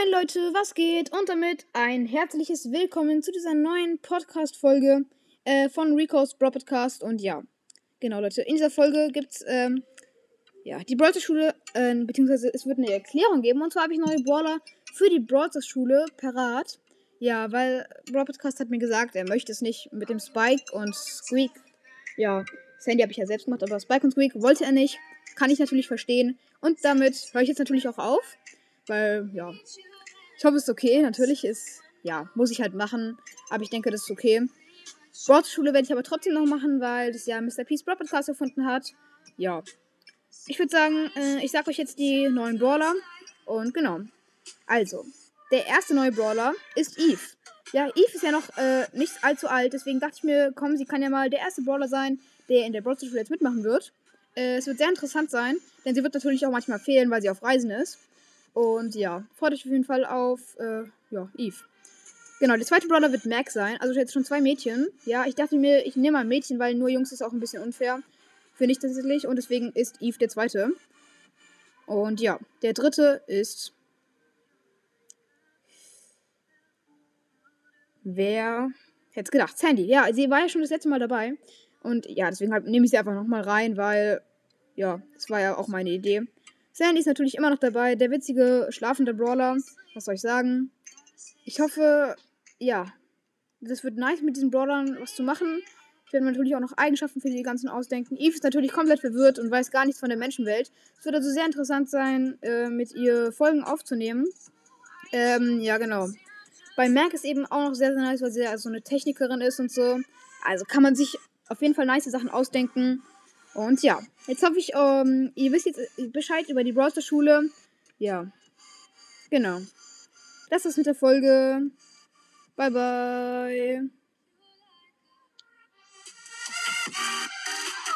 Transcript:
Moin Leute, was geht? Und damit ein herzliches Willkommen zu dieser neuen Podcast-Folge von Rico's Brawl Podcast. Und ja, genau Leute, in dieser Folge gibt's die Brawl Schule, beziehungsweise es wird eine Erklärung geben. Und zwar habe ich neue Brawler für die Brawl Schule parat. Ja, weil Brawl Podcast hat mir gesagt, er möchte es nicht mit dem Spike und Squeak. Ja, Sandy habe ich ja selbst gemacht, aber Spike und Squeak wollte er nicht. Kann ich natürlich verstehen. Und damit höre ich jetzt natürlich auch auf. Weil, ja, ich hoffe, es ist okay. Natürlich muss ich halt machen. Aber ich denke, das ist okay. Brawl-Schule werde ich aber trotzdem noch machen, weil das ja Mr. P's Brawl Podcast erfunden hat. Ja. Ich würde sagen, ich sage euch jetzt die neuen Brawler. Und genau. Also, der erste neue Brawler ist Eve. Ja, Eve ist ja noch nicht allzu alt. Deswegen dachte ich mir, komm, sie kann ja mal der erste Brawler sein, der in der Brawl-Schule jetzt mitmachen wird. Es wird sehr interessant sein, denn sie wird natürlich auch manchmal fehlen, weil sie auf Reisen ist. Und ja, freut euch auf jeden Fall auf, Eve. Genau, der zweite Brawler wird Mac sein. Also jetzt schon 2 Mädchen. Ja, ich dachte mir, ich nehme mal ein Mädchen, weil nur Jungs ist auch ein bisschen unfair. Finde ich tatsächlich. Und deswegen ist Eve der zweite. Und ja, der dritte ist... Wer hätte es gedacht? Sandy. Ja, sie war ja schon das letzte Mal dabei. Und ja, deswegen nehme ich sie einfach nochmal rein, weil, ja, das war ja auch meine Idee. Sandy ist natürlich immer noch dabei, der witzige, schlafende Brawler. Was soll ich sagen? Ich hoffe, ja, das wird nice mit diesen Brawlern was zu machen. Ich werde mir natürlich auch noch Eigenschaften für die ganzen ausdenken. Eve ist natürlich komplett verwirrt und weiß gar nichts von der Menschenwelt. Es wird also sehr interessant sein, mit ihr Folgen aufzunehmen. Ja, genau. Bei Mac ist eben auch noch sehr, sehr nice, weil sie ja so eine Technikerin ist und so. Also kann man sich auf jeden Fall nice Sachen ausdenken. Und ja, jetzt hoffe ich, ihr wisst jetzt Bescheid über die Brawl Stars Schule. Ja, genau. Das ist mit der Folge. Bye, bye.